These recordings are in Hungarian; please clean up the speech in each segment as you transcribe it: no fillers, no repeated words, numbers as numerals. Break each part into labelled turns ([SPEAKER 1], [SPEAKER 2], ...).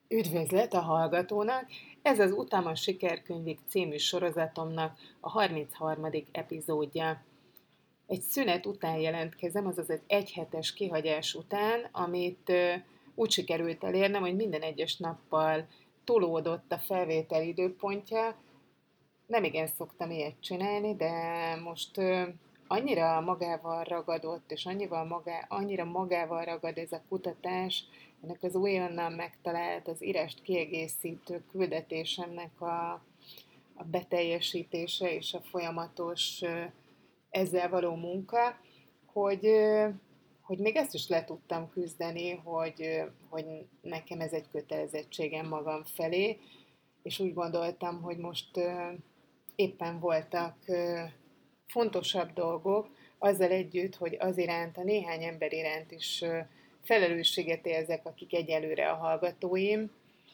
[SPEAKER 1] Üdvözlet a hallgatónak! Ez az Utáma Sikerkönyvig című sorozatomnak a 33. epizódja. Egy szünet után jelentkezem, azaz egy egyhetes kihagyás után, amit úgy sikerült elérnem, hogy minden egyes nappal tolódott a felvétel időpontja. Nem igen szoktam ilyet csinálni, de most annyira magával ragadott, és annyira magával ragad ez a kutatás, ennek az újonnan megtalált, az írást kiegészítő küldetésemnek a beteljesítése és a folyamatos ezzel való munka, hogy, hogy még ezt is le tudtam küzdeni, hogy nekem ez egy kötelezettségem magam felé, és úgy gondoltam, hogy most éppen voltak fontosabb dolgok, azzal együtt, hogy az iránt, a néhány ember iránt is felelősséget érzek, akik egyelőre a hallgatóim,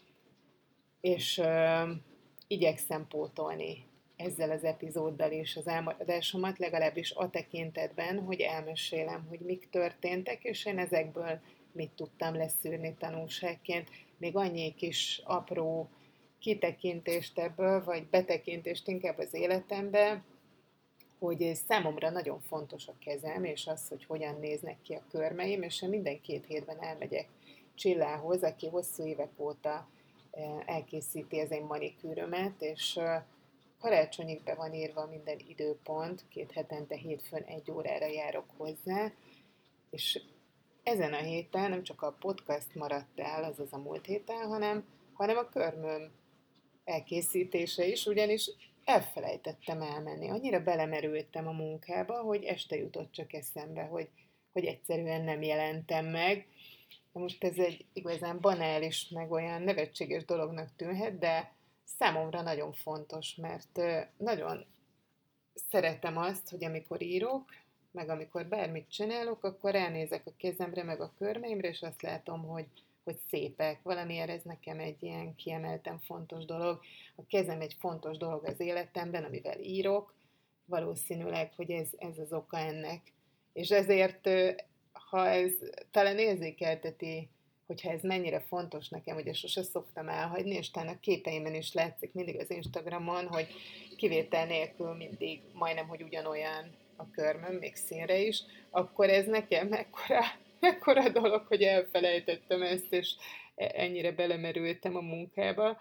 [SPEAKER 1] és igyekszem pótolni ezzel az epizóddal is az elmaradásomat, legalábbis a tekintetben, hogy elmesélem, hogy mik történtek, és én ezekből mit tudtam leszűrni tanulságként. Még annyi kis apró kitekintést ebből, vagy betekintést inkább az életembe, hogy számomra nagyon fontos a kezem, és az, hogy hogyan néznek ki a körmeim, és én minden 2 hétben elmegyek Csillához, aki hosszú évek óta elkészíti az én manikűrömet, és karácsonyig be van írva minden időpont, 2 hetente hétfőn 1 órára járok hozzá, és ezen a héten nem csak a podcast maradt el, azaz a múlt héten, hanem a körmöm elkészítése is, ugyanis elfelejtettem elmenni. Annyira belemerültem a munkába, hogy este jutott csak eszembe, hogy egyszerűen nem jelentem meg. Na most ez egy igazán banális, meg olyan nevetséges dolognak tűnhet, de számomra nagyon fontos, mert nagyon szeretem azt, hogy amikor írok, meg amikor bármit csinálok, akkor ránézek a kezemre, meg a körmeimre, és azt látom, hogy szépek. Valamiért ez nekem egy ilyen kiemelten fontos dolog. A kezem egy fontos dolog az életemben, amivel írok. Valószínűleg, hogy ez az oka ennek. És ezért, ha ez talán érzékelteti, hogyha ez mennyire fontos nekem, ugye sose szoktam elhagyni, és talán a képeimben is látszik mindig az Instagramon, hogy kivétel nélkül mindig majdnem, hogy ugyanolyan a körmöm, még színre is, akkor ez nekem mekkora dolog, hogy elfelejtettem ezt, és ennyire belemerültem a munkába.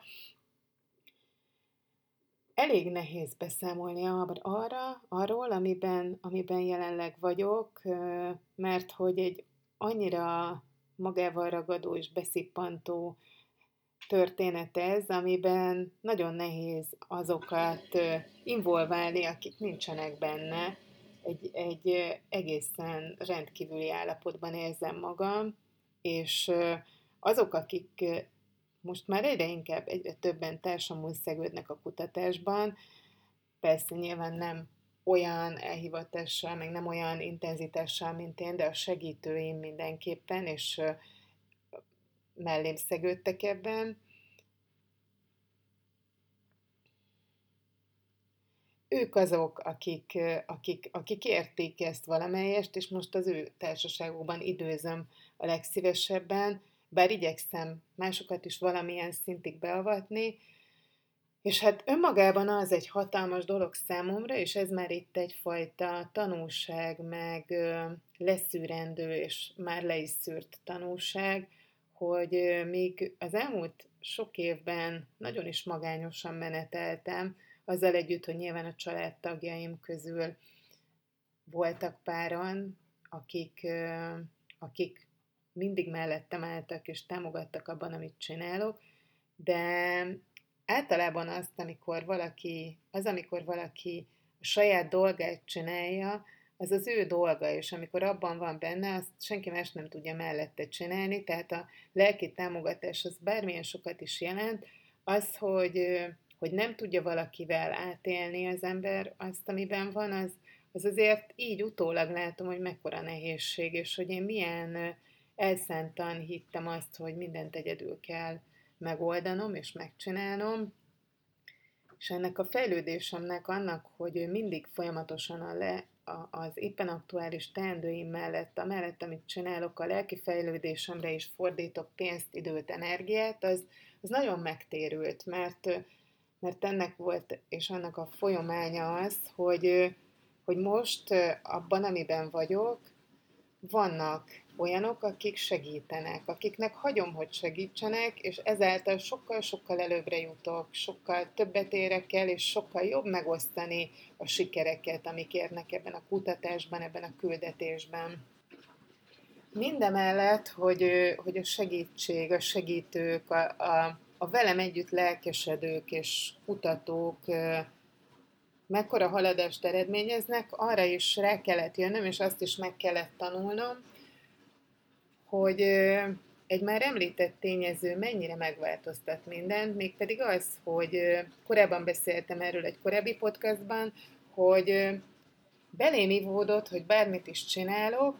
[SPEAKER 1] Elég nehéz beszámolni arról, amiben jelenleg vagyok, mert hogy egy annyira magával ragadó és beszippantó történet ez, amiben nagyon nehéz azokat involválni, akik nincsenek benne. Egy egészen rendkívüli állapotban érzem magam, és azok, akik most már egyre többen társamul szegődnek a kutatásban, persze nyilván nem olyan elhivatással, meg nem olyan intenzitással, mint én, de a segítőim mindenképpen, és mellém szegődtek ebben. Ők azok, akik érték ezt valamelyest, és most az ő társaságukban időzöm a legszívesebben, bár igyekszem másokat is valamilyen szintig beavatni, és hát önmagában az egy hatalmas dolog számomra, és ez már itt egyfajta tanulság, meg leszűrendő, és már le is szűrt tanulság, hogy míg az elmúlt sok évben nagyon is magányosan meneteltem, azzal együtt, hogy nyilván a családtagjaim közül voltak páran, akik mindig mellettem álltak és támogattak abban, amit csinálok, de általában amikor valaki a saját dolgát csinálja, az az ő dolga, és amikor abban van benne, azt senki más nem tudja mellette csinálni, tehát a lelki támogatás az bármilyen sokat is jelent, az, hogy nem tudja valakivel átélni az ember azt, amiben van, az azért így utólag látom, hogy mekkora nehézség, és hogy én milyen elszántan hittem azt, hogy mindent egyedül kell megoldanom és megcsinálnom, és ennek a fejlődésemnek annak, hogy mindig folyamatosan az éppen aktuális teendőim mellett, amellett, amit csinálok, a lelki fejlődésemre is fordítok pénzt, időt, energiát, az nagyon megtérült, mert ennek volt, és annak a folyamánya az, hogy most abban, amiben vagyok, vannak olyanok, akik segítenek, akiknek hagyom, hogy segítsenek, és ezáltal sokkal-sokkal előbbre jutok, sokkal többet érek el, és sokkal jobb megosztani a sikereket, amik érnek ebben a kutatásban, ebben a küldetésben. Mindemellett, hogy a segítség, a segítők, a velem együtt lelkesedők és kutatók mekkora haladást eredményeznek, arra is rá kellett jönnöm, és azt is meg kellett tanulnom, hogy egy már említett tényező mennyire megváltoztat mindent, mégpedig az, hogy korábban beszéltem erről egy korábbi podcastban, hogy belém ivódott, hogy bármit is csinálok,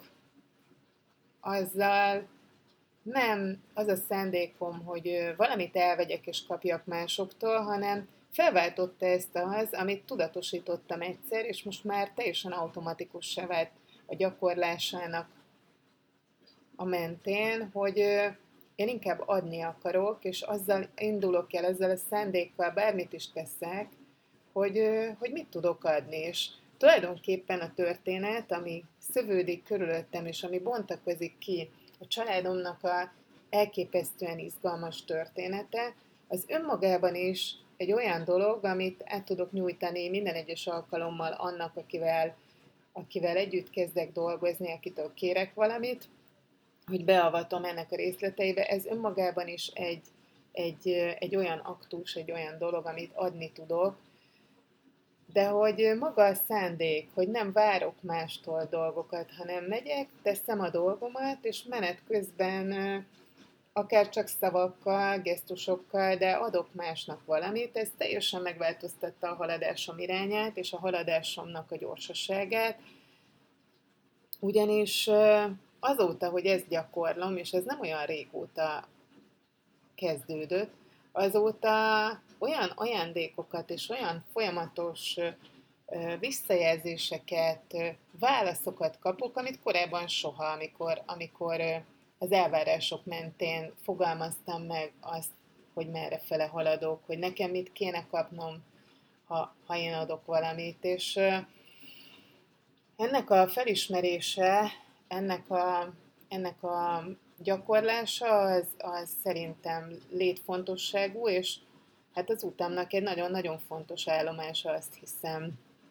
[SPEAKER 1] azzal nem az a szándékom, hogy valamit elvegyek és kapjak másoktól, hanem felváltotta ezt az, amit tudatosítottam egyszer, és most már teljesen automatikussá vált a gyakorlásának a mentén, hogy én inkább adni akarok, és azzal indulok el, ezzel a szándékkal bármit is teszek, hogy mit tudok adni. És tulajdonképpen a történet, ami szövődik körülöttem, és ami bontakozik ki a családomnak a elképesztően izgalmas története, az önmagában is egy olyan dolog, amit át tudok nyújtani minden egyes alkalommal annak, akivel együtt kezdek dolgozni, akitől kérek valamit, hogy beavatom ennek a részleteibe, ez önmagában is egy olyan aktus, egy olyan dolog, amit adni tudok, de hogy maga a szándék, hogy nem várok mástól dolgokat, hanem megyek, teszem a dolgomat, és menet közben akár csak szavakkal, gesztusokkal, de adok másnak valamit, ez teljesen megváltoztatta a haladásom irányát, és a haladásomnak a gyorsaságát, ugyanis azóta, hogy ezt gyakorlom, és ez nem olyan régóta kezdődött, azóta olyan ajándékokat és olyan folyamatos visszajelzéseket, válaszokat kapok, amit korábban soha, amikor az elvárások mentén fogalmaztam meg azt, hogy merre fele haladok, hogy nekem mit kéne kapnom, ha én adok valamit. És ennek a felismerése, ennek a gyakorlása az szerintem létfontosságú, és hát az utamnak egy nagyon-nagyon fontos állomása, azt hiszem.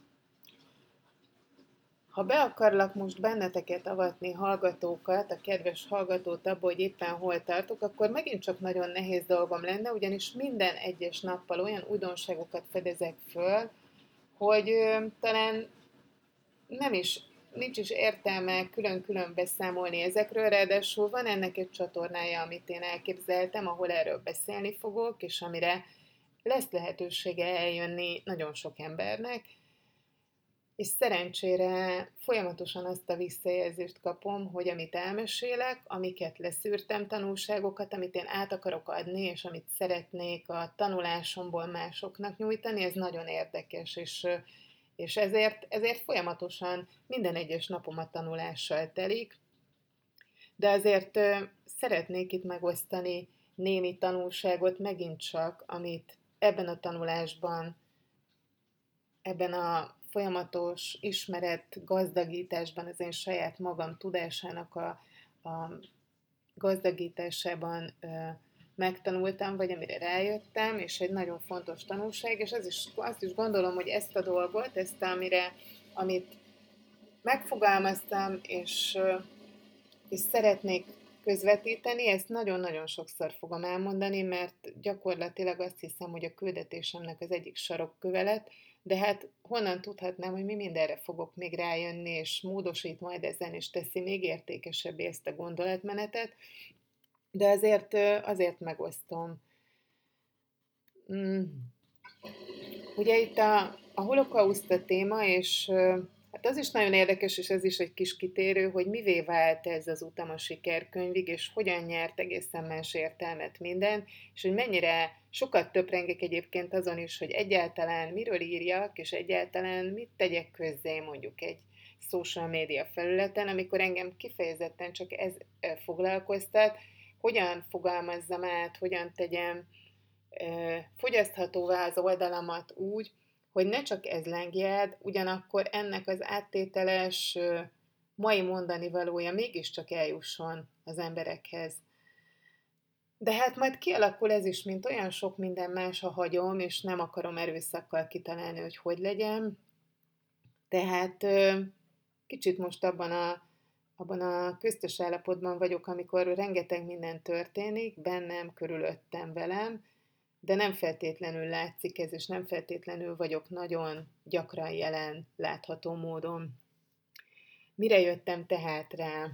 [SPEAKER 1] Ha be akarlak most benneteket avatni, hallgatókat, a kedves hallgatót abba, hogy éppen hol tartok, akkor megint csak nagyon nehéz dolgom lenne, ugyanis minden egyes nappal olyan újdonságokat fedezek föl, hogy talán nincs is értelme külön-külön beszámolni ezekről, ráadásul van ennek egy csatornája, amit én elképzeltem, ahol erről beszélni fogok, és amire lesz lehetősége eljönni nagyon sok embernek, és szerencsére folyamatosan azt a visszajelzést kapom, hogy amit elmesélek, amiket leszűrtem, tanulságokat, amit én át akarok adni, és amit szeretnék a tanulásomból másoknak nyújtani, ez nagyon érdekes, és ezért folyamatosan minden egyes napom a tanulással telik, de azért szeretnék itt megosztani némi tanulságot megint csak, amit ebben a tanulásban, ebben a folyamatos ismeret gazdagításban, az én saját magam tudásának a gazdagításában megtanultam, vagy amire rájöttem, és egy nagyon fontos tanulság, és azt is gondolom, hogy ezt a dolgot, amit megfogalmaztam, és szeretnék közvetíteni, ezt nagyon-nagyon sokszor fogom elmondani, mert gyakorlatilag azt hiszem, hogy a küldetésemnek az egyik sarokköve lett, de hát honnan tudhatnám, hogy mi mindenre fogok még rájönni, és módosít majd ezen, és teszi még értékesebbé ezt a gondolatmenetet, de azért megosztom. Ugye itt a holokauszt a téma, és hát az is nagyon érdekes, és ez is egy kis kitérő, hogy mivé vált ez az utam a sikerkönyvig, és hogyan nyert egészen más értelmet minden, és hogy mennyire sokat töprengek egyébként azon is, hogy egyáltalán miről írjak, és egyáltalán mit tegyek közzé mondjuk social media felületen, amikor engem kifejezetten csak ez foglalkoztat, hogyan fogalmazzam át, hogyan tegyem fogyaszthatóvá az oldalamat úgy, hogy ne csak ez lengjed, ugyanakkor ennek az áttételes mai mondani valója mégiscsak eljusson az emberekhez. De hát majd kialakul ez is, mint olyan sok minden más, ha hagyom, és nem akarom erőszakkal kitalálni, hogy legyen. Tehát kicsit most abban a köztes állapotban vagyok, amikor rengeteg minden történik, bennem, körülöttem, velem, de nem feltétlenül látszik ez, és nem feltétlenül vagyok nagyon gyakran jelen, látható módon. Mire jöttem tehát rá?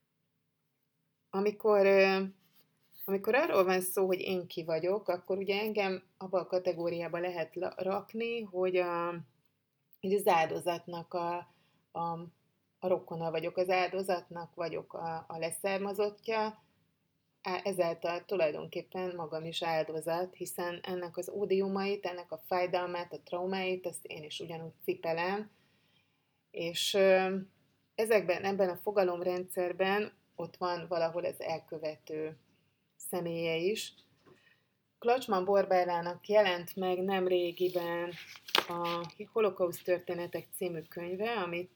[SPEAKER 1] Amikor arról van szó, hogy én ki vagyok, akkor ugye engem abba a kategóriába lehet rakni, hogy az áldozatnak a rokona vagyok, az áldozatnak vagyok a leszármazottja, ezáltal tulajdonképpen magam is áldozat, hiszen ennek az ódiumait, ennek a fájdalmát, a traumáit, ezt én is ugyanúgy cipelem, és ebben a fogalomrendszerben ott van valahol az elkövető személye is. Klacsman Borbálának jelent meg nemrégiben a Holokauszt történetek című könyve,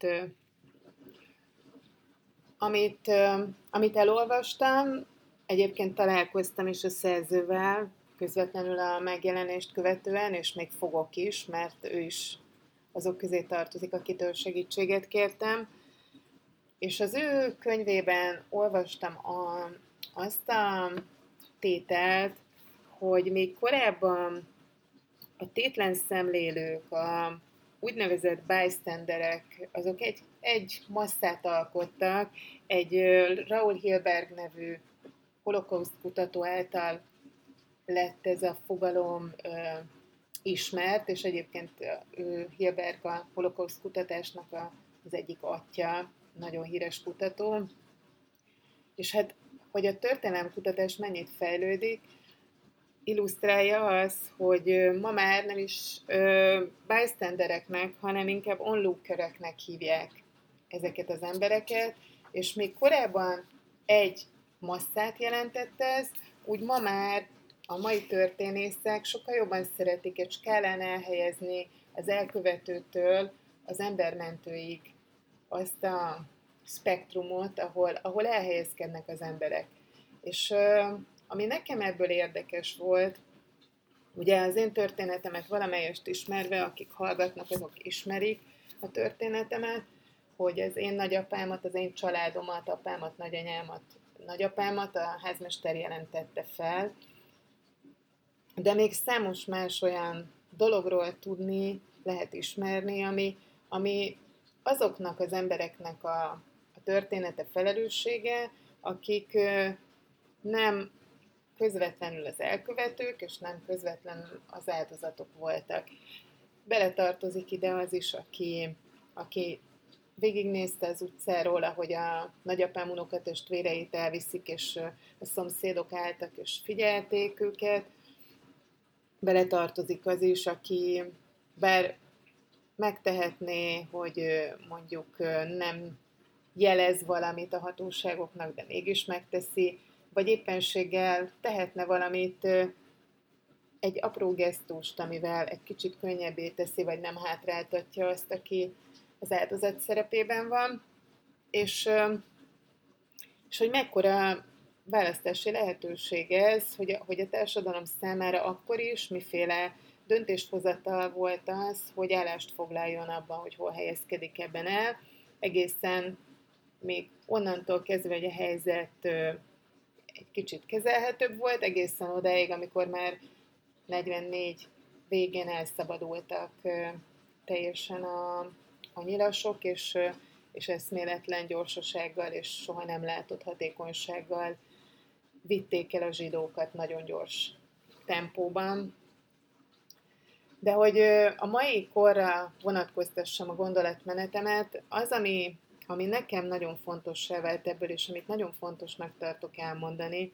[SPEAKER 1] amit elolvastam, egyébként találkoztam is a szerzővel, közvetlenül a megjelenést követően, és még fogok is, mert ő is azok közé tartozik, akitől segítséget kértem. És az ő könyvében olvastam azt a tételt, hogy még korábban a tétlen szemlélők, a úgynevezett bystanderek, azok egy masszát alkottak, egy Raoul Hilberg nevű holokauszt kutató által lett ez a fogalom ismert, és egyébként Hilberg a holokauszt kutatásnak az egyik atya, nagyon híres kutató. És hát, hogy a történelemkutatás mennyit fejlődik, illusztrálja az, hogy ma már nem is bystandereknek, hanem inkább onlookereknek hívják ezeket az embereket, és még korábban egy masszát jelentett ez, úgy ma már a mai történészek sokkal jobban szeretik egy skálán elhelyezni az elkövetőtől az embermentőig azt a spektrumot, ahol elhelyezkednek az emberek. És ami nekem ebből érdekes volt, ugye az én történetemet valamelyest ismerve, akik hallgatnak, azok ismerik a történetemet, hogy az én nagyapámat, az én családomat, apámat, nagyanyámat, nagyapámat a házmester jelentette fel, de még számos más olyan dologról tudni, lehet ismerni, ami azoknak az embereknek a története felelőssége, akik nem közvetlenül az elkövetők, és nem közvetlenül az áldozatok voltak. Beletartozik ide az is, aki végignézte az utcáról, ahogy a nagyapám unokatestvéreit elviszik, és a szomszédok álltak, és figyelték őket. Beletartozik az is, aki bár megtehetné, hogy mondjuk nem jelez valamit a hatóságoknak, de mégis megteszi, vagy éppenséggel tehetne valamit, egy apró gesztust, amivel egy kicsit könnyebbé teszi, vagy nem hátráltatja azt, aki az áldozat szerepében van, és hogy mekkora választási lehetőség ez, hogy a társadalom számára akkor is miféle döntéshozatal volt az, hogy állást foglaljon abban, hogy hol helyezkedik ebben el, egészen még onnantól kezdve, hogy a helyzet egy kicsit kezelhetőbb volt, egészen odáig, amikor már 44 végén elszabadultak teljesen a nyilasok, és eszméletlen gyorsasággal és soha nem látott hatékonysággal vitték el a zsidókat nagyon gyors tempóban. De hogy a mai korra vonatkoztassam a gondolatmenetemet, az, ami nekem nagyon fontossá vált ebből, és amit nagyon fontosnak tartok elmondani,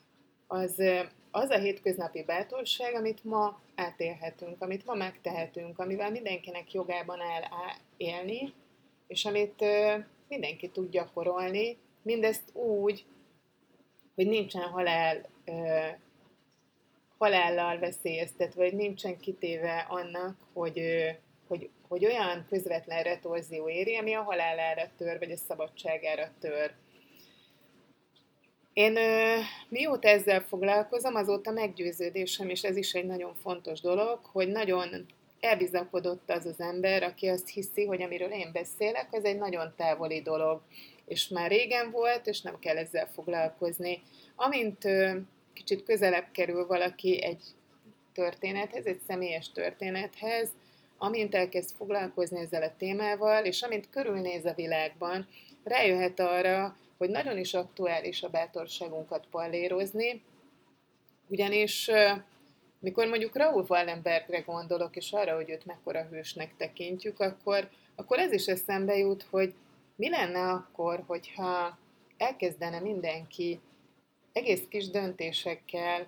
[SPEAKER 1] az a hétköznapi bátorság, amit ma átélhetünk, amit ma megtehetünk, amivel mindenkinek jogában áll élni, és amit mindenki tud gyakorolni, mindezt úgy, hogy nincsen halállal veszélyeztetve, vagy nincsen kitéve annak, hogy olyan közvetlen retorzió éri, ami a halálára tör, vagy a szabadságára tör. Én mióta ezzel foglalkozom, azóta meggyőződésem, és ez is egy nagyon fontos dolog, hogy nagyon elbizakodott az az ember, aki azt hiszi, hogy amiről én beszélek, az egy nagyon távoli dolog. És már régen volt, és nem kell ezzel foglalkozni. Amint kicsit közelebb kerül valaki egy történethez, egy személyes történethez, amint elkezd foglalkozni ezzel a témával, és amint körülnéz a világban, rájöhet arra, hogy nagyon is aktuális a bátorságunkat pallérozni, ugyanis mikor mondjuk Raoul Wallenbergre gondolok, és arra, hogy őt mekkora hősnek tekintjük, akkor ez is eszembe jut, hogy mi lenne akkor, hogyha elkezdene mindenki egész kis döntésekkel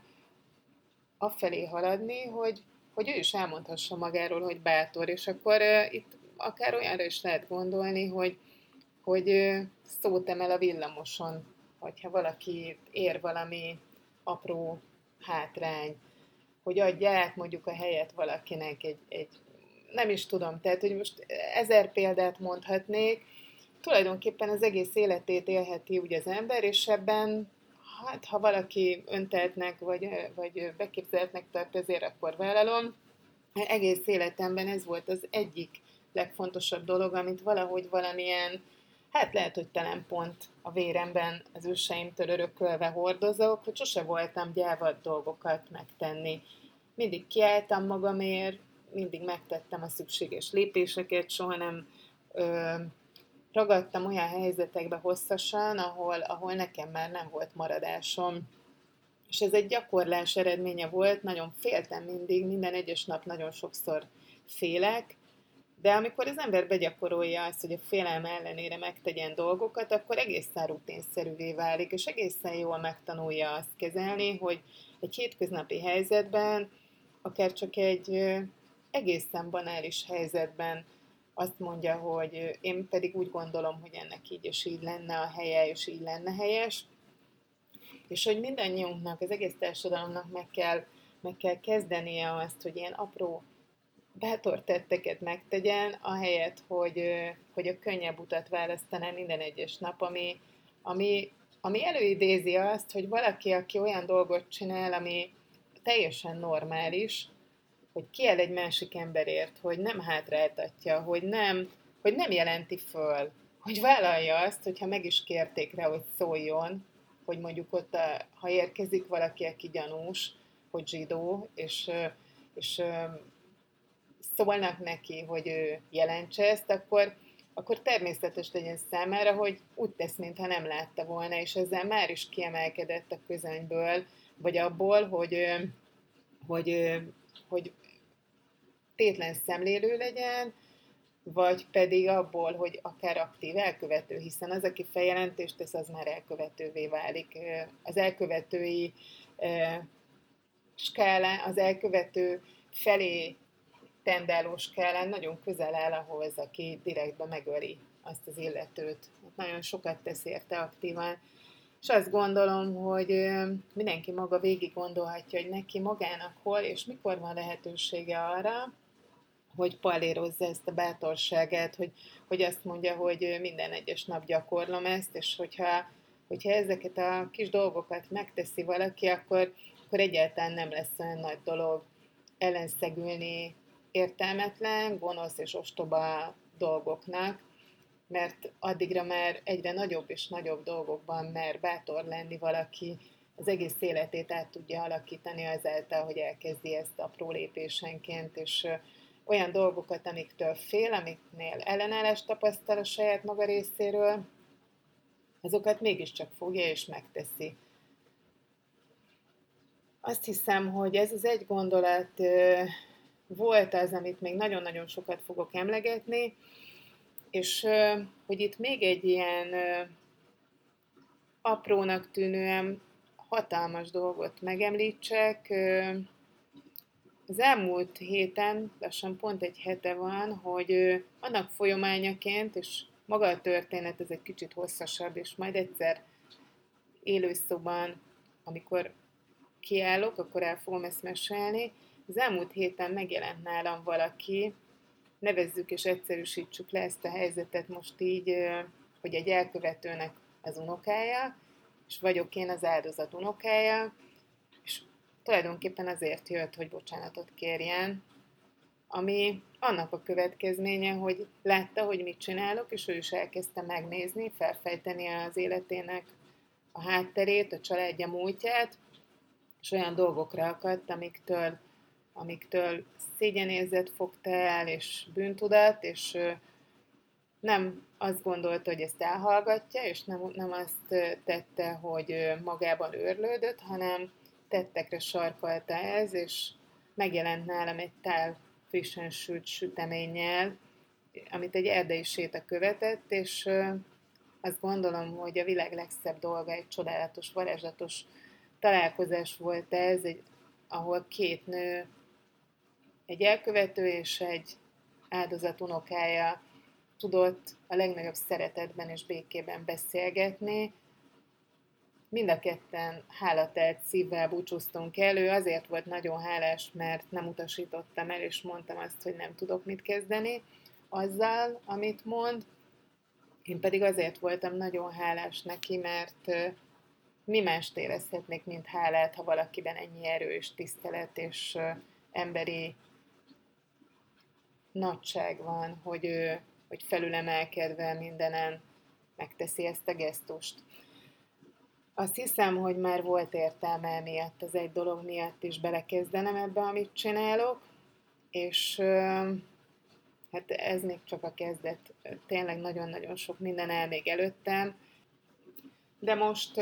[SPEAKER 1] afelé haladni, hogy ő is elmondhassa magáról, hogy bátor, és akkor itt akár olyanra is lehet gondolni, hogy szót emel a villamoson, hogyha valaki ér valami apró hátrány, hogy adja át mondjuk a helyet valakinek egy nem is tudom, tehát hogy most 1000 példát mondhatnék, tulajdonképpen az egész életét élheti úgy az ember, és ebben, hát ha valaki önteltnek, vagy beképzeltnek tart, ezért akkor vállalom. Egész életemben ez volt az egyik legfontosabb dolog, amit valahogy valamilyen, hát lehet, hogy talán pont a véremben az őseimtől örökölve hordozok, hogy sose voltam gyáva dolgokat megtenni. Mindig kiálltam magamért, mindig megtettem a szükséges lépéseket, soha nem ragadtam olyan helyzetekbe hosszasan, ahol nekem már nem volt maradásom. És ez egy gyakorlás eredménye volt, nagyon féltem mindig, minden egyes nap nagyon sokszor félek, de amikor az ember begyakorolja azt, hogy a félelme ellenére megtegyen dolgokat, akkor egészen rutinszerűvé válik, és egészen jól megtanulja azt kezelni, hogy egy hétköznapi helyzetben, akár csak egy egészen banális helyzetben azt mondja, hogy én pedig úgy gondolom, hogy ennek így és így lenne a helye, és így lenne helyes, és hogy mindannyiunknak, az egész társadalomnak meg kell kezdenie azt, hogy ilyen apró bátor tetteket megtegyen, ahelyett, hogy a könnyebb utat választaná minden egyes nap, ami előidézi azt, hogy valaki, aki olyan dolgot csinál, ami teljesen normális, hogy kiáll egy másik emberért, hogy nem hátráltatja, hogy nem jelenti föl, hogy vállalja azt, hogyha meg is kérték rá, hogy szóljon, hogy mondjuk ott, ha érkezik valaki, aki gyanús, hogy zsidó, és szólnak neki, hogy ő jelentse ezt, akkor természetes legyen számára, hogy úgy tesz, mintha nem látta volna, és ezzel már is kiemelkedett a közönyből, vagy abból, hogy tétlen szemlélő legyen, vagy pedig abból, hogy akár aktív elkövető, hiszen az, aki feljelentést tesz, az már elkövetővé válik. Az elkövetői skála, az elkövető felé tendáló skálán nagyon közel áll ahhoz, aki direktbe megöli azt az illetőt. Nagyon sokat tesz érte aktívan. És azt gondolom, hogy mindenki maga végig gondolhatja, hogy neki magának hol és mikor van lehetősége arra, hogy pallérozza ezt a bátorságát, hogy azt mondja, hogy minden egyes nap gyakorlom ezt, és hogyha ezeket a kis dolgokat megteszi valaki, akkor egyáltalán nem lesz olyan nagy dolog ellenszegülni értelmetlen, gonosz és ostoba dolgoknak, mert addigra már egyre nagyobb és nagyobb dolgokban mer bátor lenni valaki, az egész életét át tudja alakítani azáltal, hogy elkezdi ezt apró lépésenként, és olyan dolgokat, amiktől fél, amiknél ellenállást tapasztal a saját maga részéről, azokat mégiscsak fogja és megteszi. Azt hiszem, hogy ez az egy gondolat volt az, amit még nagyon-nagyon sokat fogok emlegetni, és hogy itt még egy ilyen aprónak tűnően hatalmas dolgot megemlítsek. Az elmúlt héten, lassan pont egy hete van, hogy annak folyamányaként, és Maga a történet ez egy kicsit hosszasabb, és majd egyszer élőszóban, amikor kiállok, akkor el fogom ezt mesélni. Az elmúlt héten megjelent nálam valaki, nevezzük és egyszerűsítsük le ezt a helyzetet most így, hogy egy elkövetőnek az unokája, és vagyok én az áldozat unokája, és tulajdonképpen azért jött, hogy bocsánatot kérjen, ami annak a következménye, hogy látta, hogy mit csinálok, és ő is elkezdte megnézni, felfejteni az életének a hátterét, a családja múltját, és olyan dolgokra akadt, amiktől szégyenérzet fogta el, és bűntudat, és nem azt gondolta, hogy ezt elhallgatja, és nem azt tette, hogy magában őrlődött, hanem tettekre sarkalta ez, és megjelent nálam egy tál frissen sült süteménnyel, amit egy erdei séta követett, és azt gondolom, hogy a világ legszebb dolga, egy csodálatos, varázslatos találkozás volt ez, ahol két nő, egy elkövető és egy áldozat unokája tudott a legnagyobb szeretetben és békében beszélgetni. Mind a ketten hálatelt szívvel búcsúztunk el. Ő azért volt nagyon hálás, mert nem utasítottam el, és mondtam azt, hogy nem tudok mit kezdeni azzal, amit mond. Én pedig azért voltam nagyon hálás neki, mert mi mást érezhetnék, mint hálát, ha valakiben ennyi erő és tisztelet és emberi nagyság van, hogy felülemelkedve mindenen megteszi ezt a gesztust. Azt hiszem, hogy már volt értelme miatt, az egy dolog miatt is belekezdenem ebbe, amit csinálok, és hát ez még csak a kezdet, tényleg nagyon-nagyon sok minden áll még előttem, de most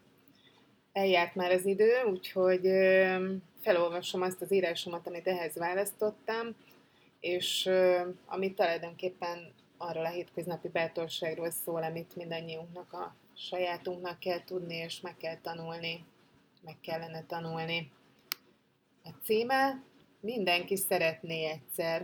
[SPEAKER 1] eljárt már az idő, úgyhogy felolvasom azt az írásomat, amit ehhez választottam, és ami tulajdonképpen arról a hétköznapi bátorságról szól, amit mindannyiunknak a sajátunknak kell tudni, és meg kell tanulni, meg kellene tanulni. A címe: Mindenki szeretné egyszer.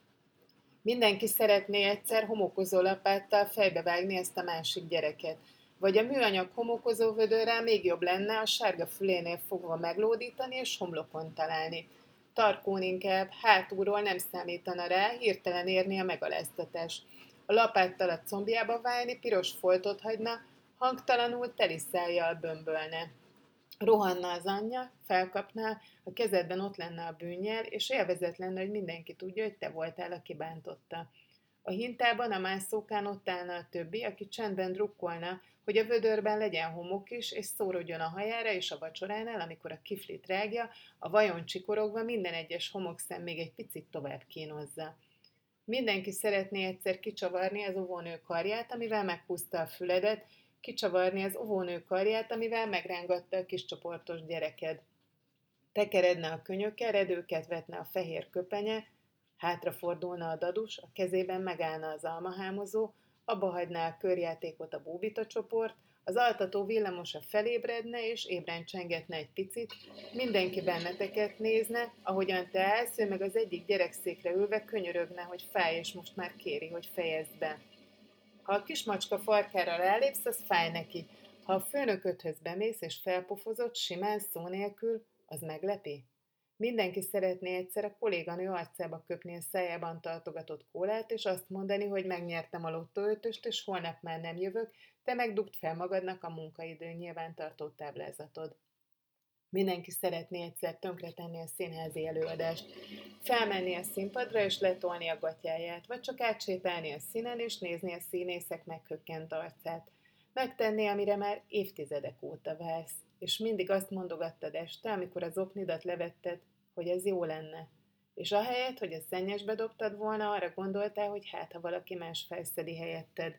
[SPEAKER 1] Mindenki szeretné egyszer homokozó lapáttal fejbevágni ezt a másik gyereket. Vagy a műanyag homokozó vödörrel még jobb lenne a sárga fülénél fogva meglódítani és homlokon találni. Tarkón inkább, hátulról nem számítana rá, hirtelen érni a megaláztatás. A lapáttal a combjába válni, piros foltot hagyna, hangtalanul teli szájjal bömbölne. Rohanna az anyja, felkapná, a kezedben ott lenne a bűnnyel, és élvezet lenne, hogy mindenki tudja, hogy te voltál, aki bántotta. A hintában, a mászókán ott állna a többi, aki csendben drukkolna, hogy a vödörben legyen homok is, és szórodjon a hajára és a vacsoránál, amikor a kiflit rágja, a vajon csikorogva minden egyes homokszem még egy picit tovább kínozza. Mindenki szeretné egyszer kicsavarni az óvónő karját, amivel meghúzta a füledet, kicsavarni az óvónő karját, amivel megrángatta a kis csoportos gyereked. Tekeredne a könyöke, redőket vetne a fehér köpenye, hátrafordulna a dadus, a kezében megállna az almahámozó, abba hagyná a körjátékot a bóbita csoport, az altató villamosa felébredne és ébren csengetne egy picit, mindenki benneteket nézne, ahogyan te állsz, ő meg az egyik gyerekszékre ülve könyörögne, hogy fáj, és most már kéri, hogy fejezd be. Ha a kismacska farkára rálépsz, az fáj neki. Ha a főnöködhöz bemész és felpofozott, simán szó nélkül, az meglepi. Mindenki szeretné egyszer a kolléganő arcába köpni a szájában tartogatott kólát, és azt mondani, hogy megnyertem a lottóötöst, és holnap már nem jövök, te megdugd fel magadnak a munkaidő nyilvántartó táblázatod. Mindenki szeretné egyszer tönkretenni a színházi előadást, felmenni a színpadra és letolni a gatyáját, vagy csak átsétálni a színen és nézni a színészek meghökkent arcát. Megtenni, amire már évtizedek óta vársz, és mindig azt mondogattad este, amikor az oknidat levetted, hogy ez jó lenne. És ahelyett, hogy a szennyesbe dobtad volna, arra gondoltál, hogy hát, ha valaki más felszedi helyetted.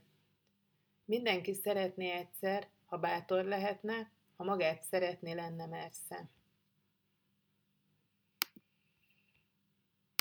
[SPEAKER 1] Mindenki szeretné egyszer, ha bátor lehetne, ha magát szeretné lenne mersze.